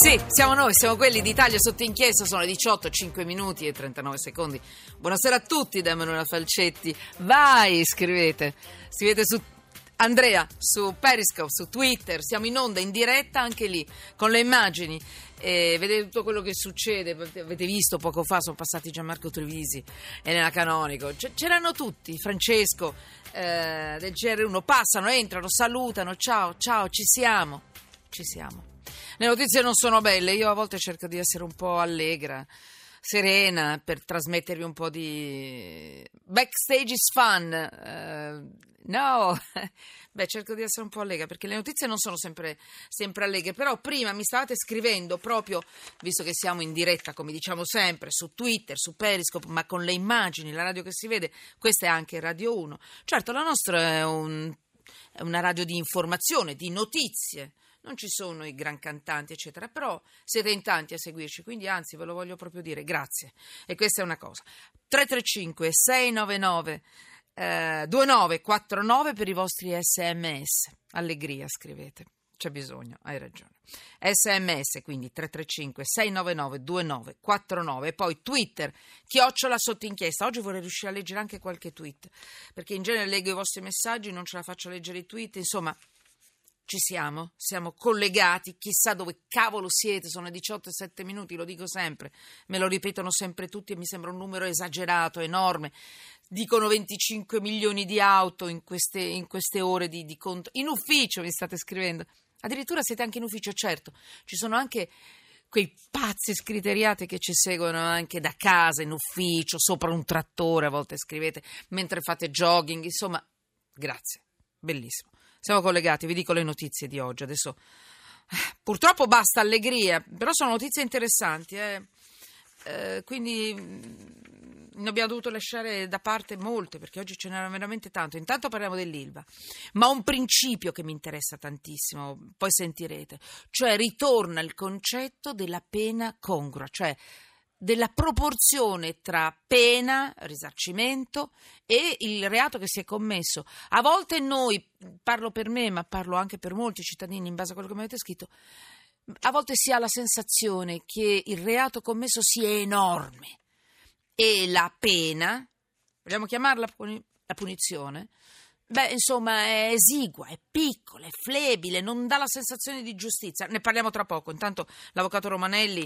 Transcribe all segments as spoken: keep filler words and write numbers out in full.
Sì, siamo noi, siamo quelli d'Italia sotto inchiesta, sono le diciotto, cinque minuti e trentanove secondi. Buonasera a tutti da Emanuela Falcetti. Vai, scrivete. Scrivete su Andrea, su Periscope, su Twitter, siamo in onda, in diretta anche lì, con le immagini. E vedete tutto quello che succede, avete visto poco fa, sono passati Gianmarco Trevisi e Elena Canonico, C- c'erano tutti, Francesco eh, del G R uno, passano, entrano, salutano, ciao, ciao, ci siamo, ci siamo. Le notizie non sono belle, io a volte cerco di essere un po' allegra, serena, per trasmettervi un po' di backstage is fun. Uh, no, beh, cerco di essere un po' allegra perché le notizie non sono sempre, sempre allegre. Però prima mi stavate scrivendo proprio, visto che siamo in diretta, come diciamo sempre, su Twitter, su Periscope, ma con le immagini, la radio che si vede, questa è anche Radio uno. Certo, la nostra è, un, è una radio di informazione, di notizie. Non ci sono i gran cantanti, eccetera, però siete in tanti a seguirci, quindi anzi ve lo voglio proprio dire, grazie. E questa è una cosa. tre tre cinque sei nove nove due nove quattro nove per i vostri sms. Allegria, scrivete. C'è bisogno, hai ragione. sms, quindi tre tre cinque sei nove nove due nove quattro nove. E poi Twitter, chiocciola sotto inchiesta. Oggi vorrei riuscire a leggere anche qualche tweet, perché in genere leggo i vostri messaggi, non ce la faccio a leggere i tweet, insomma... Ci siamo, siamo collegati, chissà dove cavolo siete, sono le diciotto e sette minuti, lo dico sempre, me lo ripetono sempre tutti e mi sembra un numero esagerato, enorme. Dicono venticinque milioni di auto in queste, in queste ore di, di conto. In ufficio mi state scrivendo, addirittura siete anche in ufficio, certo, ci sono anche quei pazzi scriteriati che ci seguono anche da casa, in ufficio, sopra un trattore, a volte scrivete, mentre fate jogging, insomma, grazie, bellissimo. Siamo collegati, vi dico le notizie di oggi. Adesso purtroppo basta allegria, però sono notizie interessanti, eh. Eh, quindi ne abbiamo dovuto lasciare da parte molte, perché oggi ce n'era veramente tanto. Intanto parliamo dell'Ilva, ma un principio che mi interessa tantissimo, poi sentirete, cioè ritorna il concetto della pena congrua, cioè della proporzione tra pena, risarcimento e il reato che si è commesso. A volte noi, parlo per me, ma parlo anche per molti cittadini in base a quello che mi avete scritto, a volte si ha la sensazione che il reato commesso sia enorme e la pena, vogliamo chiamarla la punizione, beh, insomma, è esigua, è piccola, è flebile, non dà la sensazione di giustizia. Ne parliamo tra poco. Intanto l'avvocato Romanelli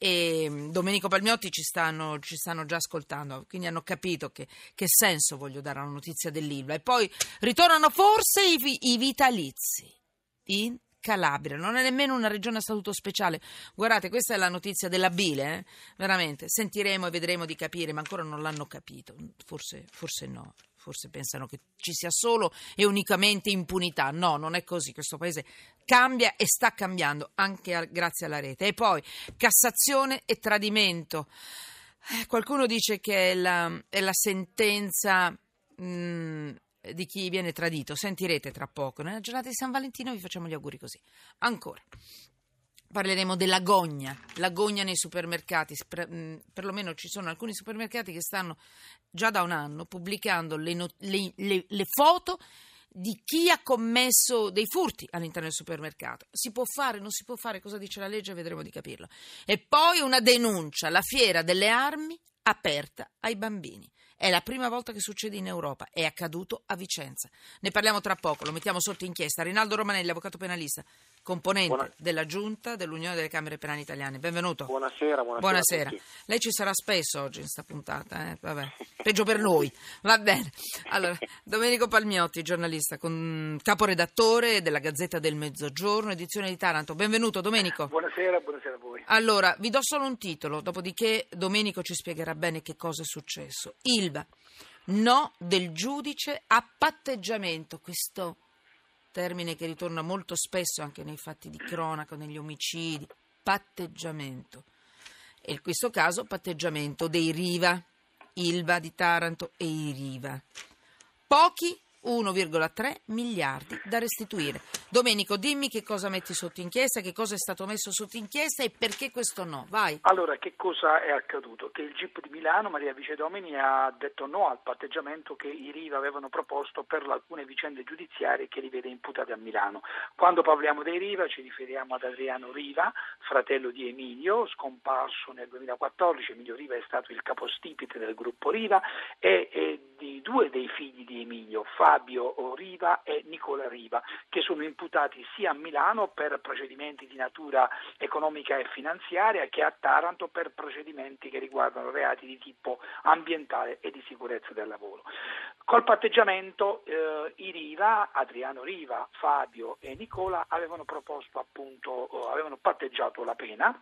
e Domenico Palmiotti ci stanno, ci stanno già ascoltando, quindi hanno capito che, che senso voglio dare alla notizia dell'Ilva. E poi ritornano forse i, i vitalizi in Calabria, non è nemmeno una regione a statuto speciale. Guardate, questa è la notizia della bile, eh? Veramente, sentiremo e vedremo di capire, ma ancora non l'hanno capito, forse, forse no. Forse pensano che ci sia solo e unicamente impunità. No, non è così. Questo paese cambia e sta cambiando anche a, grazie alla rete. E poi Cassazione e tradimento. Eh, qualcuno dice che è la, è la sentenza mh, di chi viene tradito. Sentirete tra poco. Nella giornata di San Valentino vi facciamo gli auguri così. Ancora. Parleremo dell'agonia, l'agonia nei supermercati, perlomeno ci sono alcuni supermercati che stanno già da un anno pubblicando le, no, le, le, le foto di chi ha commesso dei furti all'interno del supermercato. Si può fare, non si può fare, cosa dice la legge, vedremo di capirlo. E poi una denuncia, la fiera delle armi aperta ai bambini. È la prima volta che succede in Europa, è accaduto a Vicenza. Ne parliamo tra poco, lo mettiamo sotto inchiesta. Rinaldo Romanelli, avvocato penalista, componente Buona... della Giunta dell'Unione delle Camere Penali Italiane. Benvenuto. Buonasera, buonasera. Buonasera. Lei ci sarà spesso oggi in sta puntata, eh? Vabbè. Peggio per noi. Va bene. Allora, Domenico Palmiotti, giornalista, con caporedattore della Gazzetta del Mezzogiorno, edizione di Taranto. Benvenuto, Domenico. Buonasera, buonasera a voi. Allora, vi do solo un titolo, dopodiché Domenico ci spiegherà bene che cosa è successo. Ilva, no del giudice a patteggiamento, questo termine che ritorna molto spesso anche nei fatti di cronaca, negli omicidi, patteggiamento. E in questo caso patteggiamento dei Riva, Ilva di Taranto e i Riva. Pochi uno virgola tre miliardi da restituire. Domenico, dimmi che cosa metti sotto inchiesta, che cosa è stato messo sotto inchiesta e perché questo no. Vai. Allora, che cosa è accaduto? Che il G I P di Milano, Maria Vicedomini, ha detto no al patteggiamento che i Riva avevano proposto per alcune vicende giudiziarie che li vede imputati a Milano. Quando parliamo dei Riva ci riferiamo ad Adriano Riva, fratello di Emilio, scomparso nel duemilaquattordici. Emilio Riva è stato il capostipite del gruppo Riva e, e di due dei figli di Emilio, Fabio Riva e Nicola Riva, che sono imputati sia a Milano per procedimenti di natura economica e finanziaria che a Taranto per procedimenti che riguardano reati di tipo ambientale e di sicurezza del lavoro. Col patteggiamento eh, i Riva, Adriano Riva, Fabio e Nicola avevano proposto appunto, eh, avevano patteggiato la pena.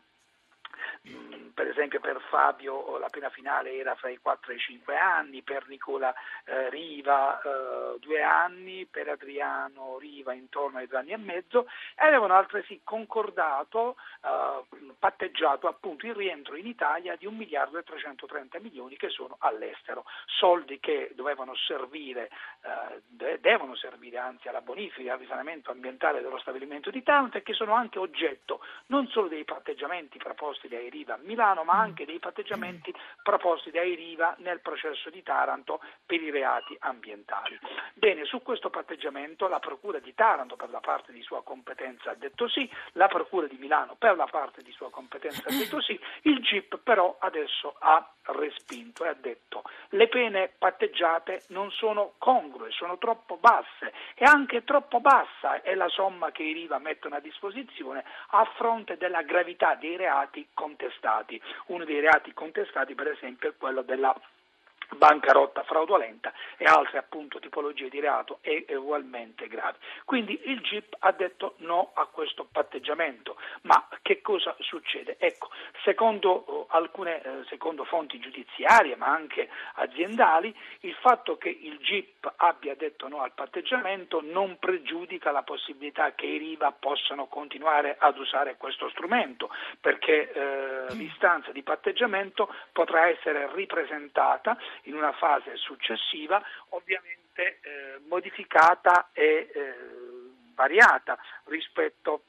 Per esempio per Fabio la pena finale era fra i quattro e i cinque anni, per Nicola eh, Riva eh, due anni, per Adriano Riva intorno ai due anni e mezzo, e avevano altresì concordato, eh, patteggiato appunto il rientro in Italia di un miliardo e trecentotrenta milioni che sono all'estero, soldi che dovevano servire, eh, de- devono servire anzi alla bonifica, al risanamento ambientale dello stabilimento di Taranto e che sono anche oggetto non solo dei patteggiamenti proposti dai Riva a Milano, ma anche dei patteggiamenti proposti dai Riva nel processo di Taranto per i reati ambientali. Bene, su questo patteggiamento la Procura di Taranto per la parte di sua competenza ha detto sì, la Procura di Milano per la parte di sua competenza ha detto sì, il G I P però adesso ha respinto e ha detto le pene patteggiate non sono congrue, sono troppo basse e anche troppo bassa è la somma che i Riva mettono a disposizione a fronte della gravità dei reati contestati. Uno dei reati contestati per esempio è quello della bancarotta fraudolenta e altre appunto tipologie di reato e ugualmente gravi. Quindi il G I P ha detto no a questo patteggiamento, ma che cosa succede? Ecco, secondo uh, alcune uh, secondo fonti giudiziarie ma anche aziendali, il fatto che il G I P abbia detto no al patteggiamento non pregiudica la possibilità che i Riva possano continuare ad usare questo strumento, perché uh, l'istanza di patteggiamento potrà essere ripresentata in una fase successiva, ovviamente eh, modificata e eh, variata rispetto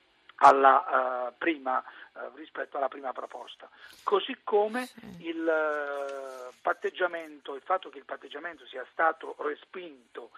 alla uh, prima uh, rispetto alla prima proposta. Così come il uh, patteggiamento, il fatto che il patteggiamento sia stato respinto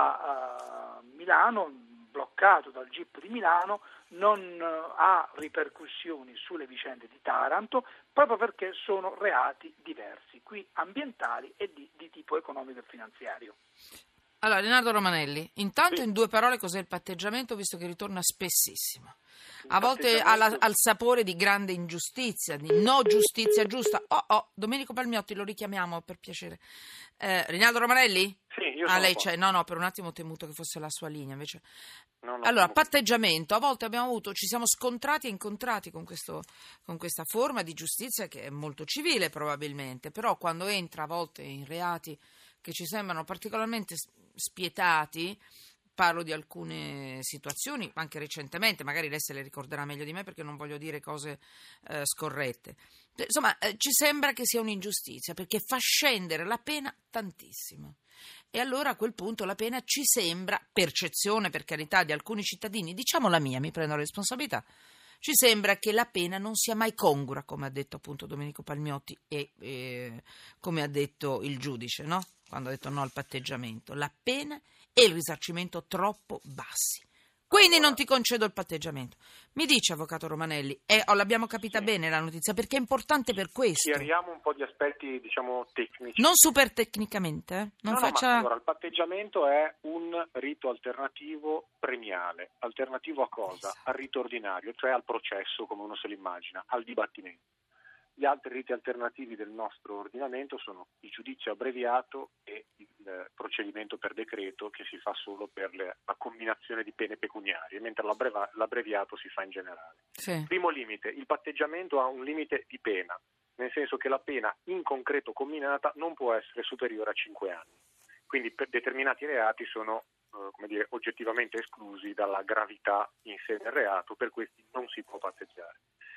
a, a Milano, bloccato dal G I P di Milano, non uh, ha ripercussioni sulle vicende di Taranto, proprio perché sono reati diversi, qui ambientali e di, di tipo economico e finanziario. Allora, Leonardo Romanelli, intanto sì. In due parole cos'è il patteggiamento, visto che ritorna spessissimo. A volte ha la, al sapore di grande ingiustizia, di no giustizia giusta. Oh, oh, Domenico Palmiotti, lo richiamiamo per piacere. Eh, Rinaldo Romanelli? Sì, io ah, sono lei qua. c'è. No, no, per un attimo ho temuto che fosse la sua linea, invece. No, no, allora, no. patteggiamento, a volte abbiamo avuto, ci siamo scontrati e incontrati con, questo, con questa forma di giustizia che è molto civile probabilmente, però quando entra a volte in reati che ci sembrano particolarmente spietati, parlo di alcune situazioni, anche recentemente, magari lei se le ricorderà meglio di me perché non voglio dire cose eh, scorrette. Insomma, eh, ci sembra che sia un'ingiustizia perché fa scendere la pena tantissimo. E allora a quel punto la pena ci sembra, percezione per carità di alcuni cittadini, diciamo la mia, mi prendo la responsabilità, ci sembra che la pena non sia mai congrua, come ha detto appunto Domenico Palmiotti e eh, come ha detto il giudice, no? Quando ha detto no al patteggiamento. La pena e il risarcimento troppo bassi. Quindi non ti concedo il patteggiamento. Mi dice, avvocato Romanelli, e oh, l'abbiamo capita sì. bene la notizia, perché è importante per questo. Chiariamo un po' di aspetti, diciamo, tecnici. Non super tecnicamente, eh? Non no, faccia... no, ma allora, il patteggiamento è un rito alternativo premiale. Alternativo a cosa? Al rito ordinario, cioè al processo, come uno se l'immagina, al dibattimento. Gli altri riti alternativi del nostro ordinamento sono il giudizio abbreviato e il procedimento per decreto, che si fa solo per le, la combinazione di pene pecuniarie, mentre l'abbreva, l'abbreviato si fa in generale. Sì. Primo limite, il patteggiamento ha un limite di pena, nel senso che la pena in concreto comminata non può essere superiore a cinque anni. Quindi per determinati reati sono eh, come dire, oggettivamente esclusi dalla gravità in sé del reato, per questi non si può patteggiare.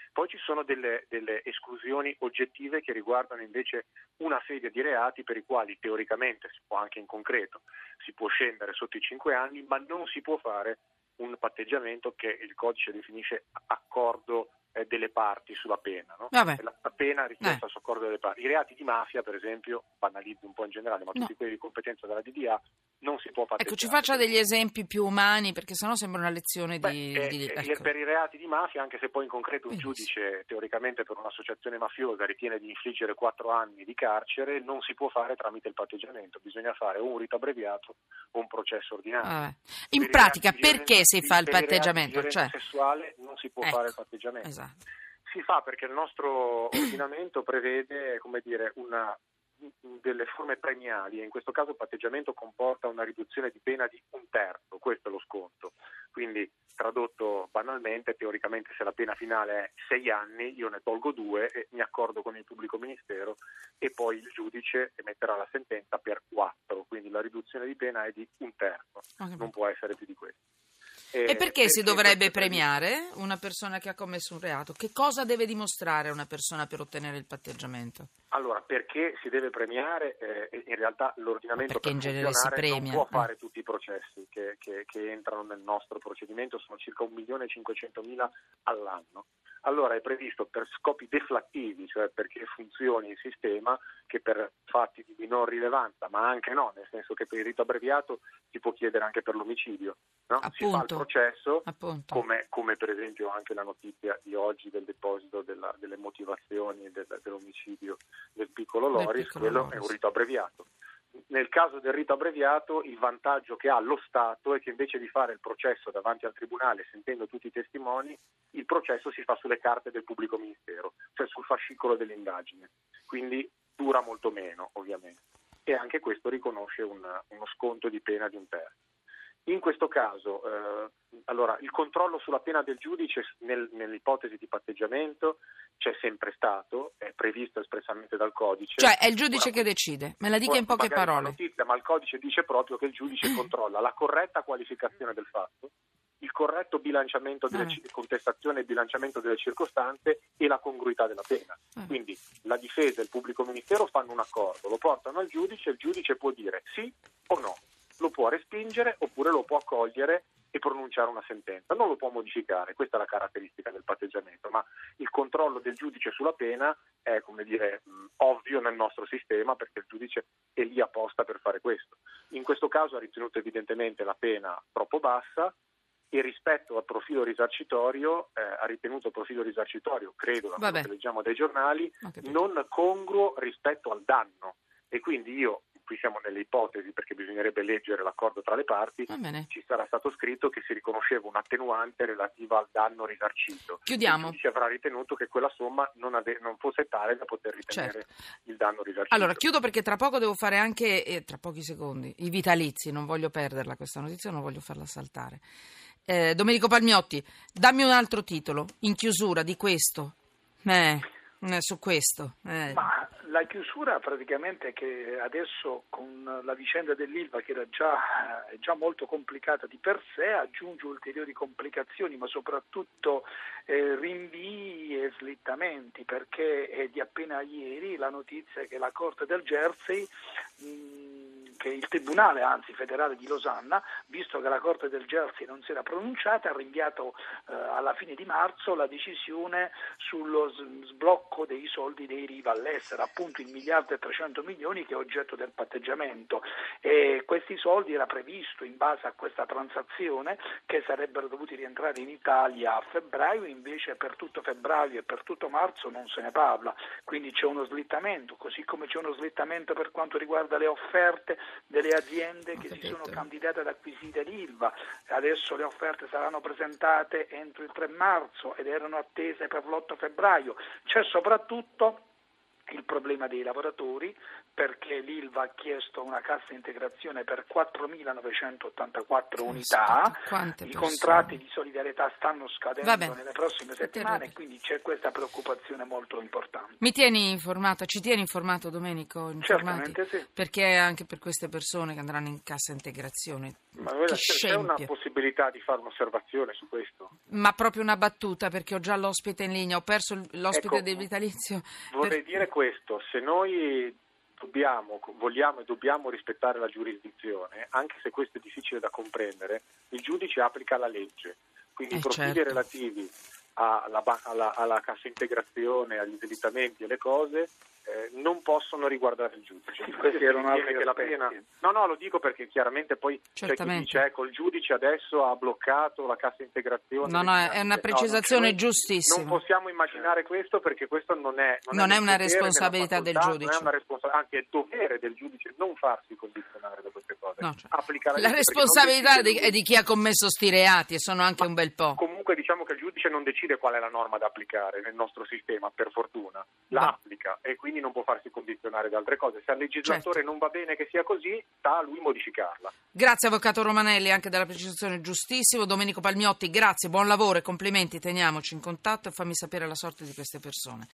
Poi ci sono delle, delle esclusioni oggettive che riguardano invece una serie di reati per i quali teoricamente, si può anche in concreto, si può scendere sotto i cinque anni, ma non si può fare un patteggiamento che il codice definisce accordo eh, delle parti sulla pena, no? Vabbè. La, la pena richiesta Eh. su accordo delle parti. I reati di mafia, per esempio, banalizzo un po' in generale, ma No. tutti quelli di competenza della D D A non si può patteggiare. Ecco, ci faccia degli esempi più umani, perché sennò sembra una lezione Beh, di... eh, di eh, ecco. Per i reati di mafia, anche se poi in concreto un Benissimo. giudice teoricamente per un'associazione mafiosa ritiene di infliggere quattro anni di carcere, non si può fare tramite il patteggiamento, bisogna fare o un rito abbreviato o un processo ordinario. Vabbè. In Per i pratica, reati di perché violenza- si fa il per i reati di patteggiamento? violenza Cioè, sessuale non si può ecco, fare il patteggiamento. esatto. Si fa perché il nostro ordinamento prevede, come dire, una delle forme premiali, e in questo caso il patteggiamento comporta una riduzione di pena di un terzo, questo è lo sconto. Quindi, tradotto banalmente, teoricamente se la pena finale è sei anni, io ne tolgo due e mi accordo con il pubblico ministero e poi il giudice emetterà la sentenza per quattro, quindi la riduzione di pena è di un terzo, Okay. non può essere più di questo. E perché si dovrebbe questo è previsto? premiare una persona che ha commesso un reato? Che cosa deve dimostrare una persona per ottenere il patteggiamento? Allora, perché si deve premiare? Eh, in realtà l'ordinamento Perché per in genere si funzionare premia, non può eh. fare tutti i processi che, che, che entrano nel nostro procedimento, sono circa un milione e cinquecentomila all'anno. Allora è previsto per scopi deflattivi, cioè perché funzioni il sistema, che per fatti di minor rilevanza, ma anche no, nel senso che per il rito abbreviato si può chiedere anche per l'omicidio. No? Si fa il Appunto. processo, Appunto. come, come per esempio anche la notizia di oggi del deposito della, delle motivazioni del, dell'omicidio del piccolo Del Loris, piccolo quello Loris. è un rito abbreviato. Nel caso del rito abbreviato il vantaggio che ha lo Stato è che invece di fare il processo davanti al tribunale sentendo tutti i testimoni, il processo si fa sulle carte del pubblico ministero, cioè sul fascicolo dell'indagine, quindi dura molto meno ovviamente, e anche questo riconosce un, uno sconto di pena di un terzo. In questo caso, eh, allora, il controllo sulla pena del giudice nel, nell'ipotesi di patteggiamento c'è sempre stato, è previsto espressamente dal codice. Cioè è il giudice Ora, che decide, me la dica in poche magari parole. fa notizia, ma il codice dice proprio che il giudice controlla la corretta qualificazione del fatto, il corretto bilanciamento delle Ah. ci- contestazione e bilanciamento delle circostanze e la congruità della pena. Ah. Quindi la difesa e il pubblico ministero fanno un accordo, lo portano al giudice, il giudice può dire sì o no, lo può respingere oppure lo può accogliere e pronunciare una sentenza, non lo può modificare, questa è la caratteristica del patteggiamento, ma il controllo del giudice sulla pena è, come dire, mh, ovvio nel nostro sistema perché il giudice è lì apposta per fare questo. In questo caso ha ritenuto evidentemente la pena troppo bassa e rispetto al profilo risarcitorio eh, ha ritenuto il profilo risarcitorio, credo da quello Vabbè. che leggiamo dai giornali, Ho capito. non congruo rispetto al danno e quindi io, qui siamo nelle ipotesi perché bisognerebbe leggere l'accordo tra le parti, Va bene. ci sarà stato scritto che si riconosceva un'attenuante relativa al danno risarcito. Chiudiamo. Quindi si avrà ritenuto che quella somma non, ave- non fosse tale da poter ritenere Certo. il danno risarcito. Allora, chiudo perché tra poco devo fare anche, eh, tra pochi secondi, i vitalizi, non voglio perderla questa notizia, non voglio farla saltare. Eh, Domenico Palmiotti, dammi un altro titolo, in chiusura di questo, eh, eh, su questo. Eh. Ma la chiusura praticamente che adesso con la vicenda dell'Ilva che era già, è già molto complicata di per sé aggiunge ulteriori complicazioni ma soprattutto eh, rinvii e slittamenti perché è di appena ieri la notizia che la Corte del Jersey mh, che il Tribunale anzi federale di Losanna, visto che la Corte del Jersey non si era pronunciata, ha rinviato eh, alla fine di marzo la decisione sullo sblocco dei soldi dei Riva all'estero, appunto il miliardo e trecento milioni che è oggetto del patteggiamento. E questi soldi era previsto in base a questa transazione che sarebbero dovuti rientrare in Italia a febbraio, invece per tutto febbraio e per tutto marzo non se ne parla, quindi c'è uno slittamento, così come c'è uno slittamento per quanto riguarda le offerte delle aziende che si sono candidate ad acquisire l'Ilva. Adesso le offerte saranno presentate entro il tre marzo ed erano attese per l'otto febbraio. C'è soprattutto il problema dei lavoratori, perché l'Ilva ha chiesto una cassa integrazione per quattromilanovecentottantaquattro unità, i contratti di solidarietà stanno scadendo Vabbè. nelle prossime settimane e quindi c'è questa preoccupazione molto importante. Mi tieni informato, ci tieni informato Domenico? Certamente sì. Perché anche per queste persone che andranno in cassa integrazione. Ma guarda, c'è una possibilità di fare un'osservazione su questo? Ma proprio una battuta, perché ho già l'ospite in linea, ho perso l'ospite ecco, del vitalizio. Vorrei per... dire questo, se noi dobbiamo, vogliamo e dobbiamo rispettare la giurisdizione, anche se questo è difficile da comprendere, il giudice applica la legge, quindi eh i profili certo. relativi alla, alla, alla cassa integrazione, agli slittamenti e le cose eh, non possono riguardare il giudice. Sì, questi erano altri che la pena... No, no, lo dico perché chiaramente poi Certamente. c'è chi dice ecco il giudice adesso ha bloccato la cassa integrazione. No, no, è una precisazione no, giustissima. Non possiamo immaginare questo perché questo non è non, non è, è una responsabilità facoltà, del giudice. Non è una responsa- anche il dovere del giudice non farsi condizionare da queste cose. No, cioè, Applicare la responsabilità di, è di chi ha commesso sti reati e sono anche Ma un bel po'. Comunque diciamo che il giudice non decide qual è la norma da applicare nel nostro sistema, per fortuna. La no. applica e quindi non può farsi condizionare da altre cose. Se al legislatore certo. non va bene che sia così, sta a lui modificarla. Grazie Avvocato Romanelli anche della precisazione, giustissimo. Domenico Palmiotti, grazie, buon lavoro e complimenti, teniamoci in contatto e fammi sapere la sorte di queste persone.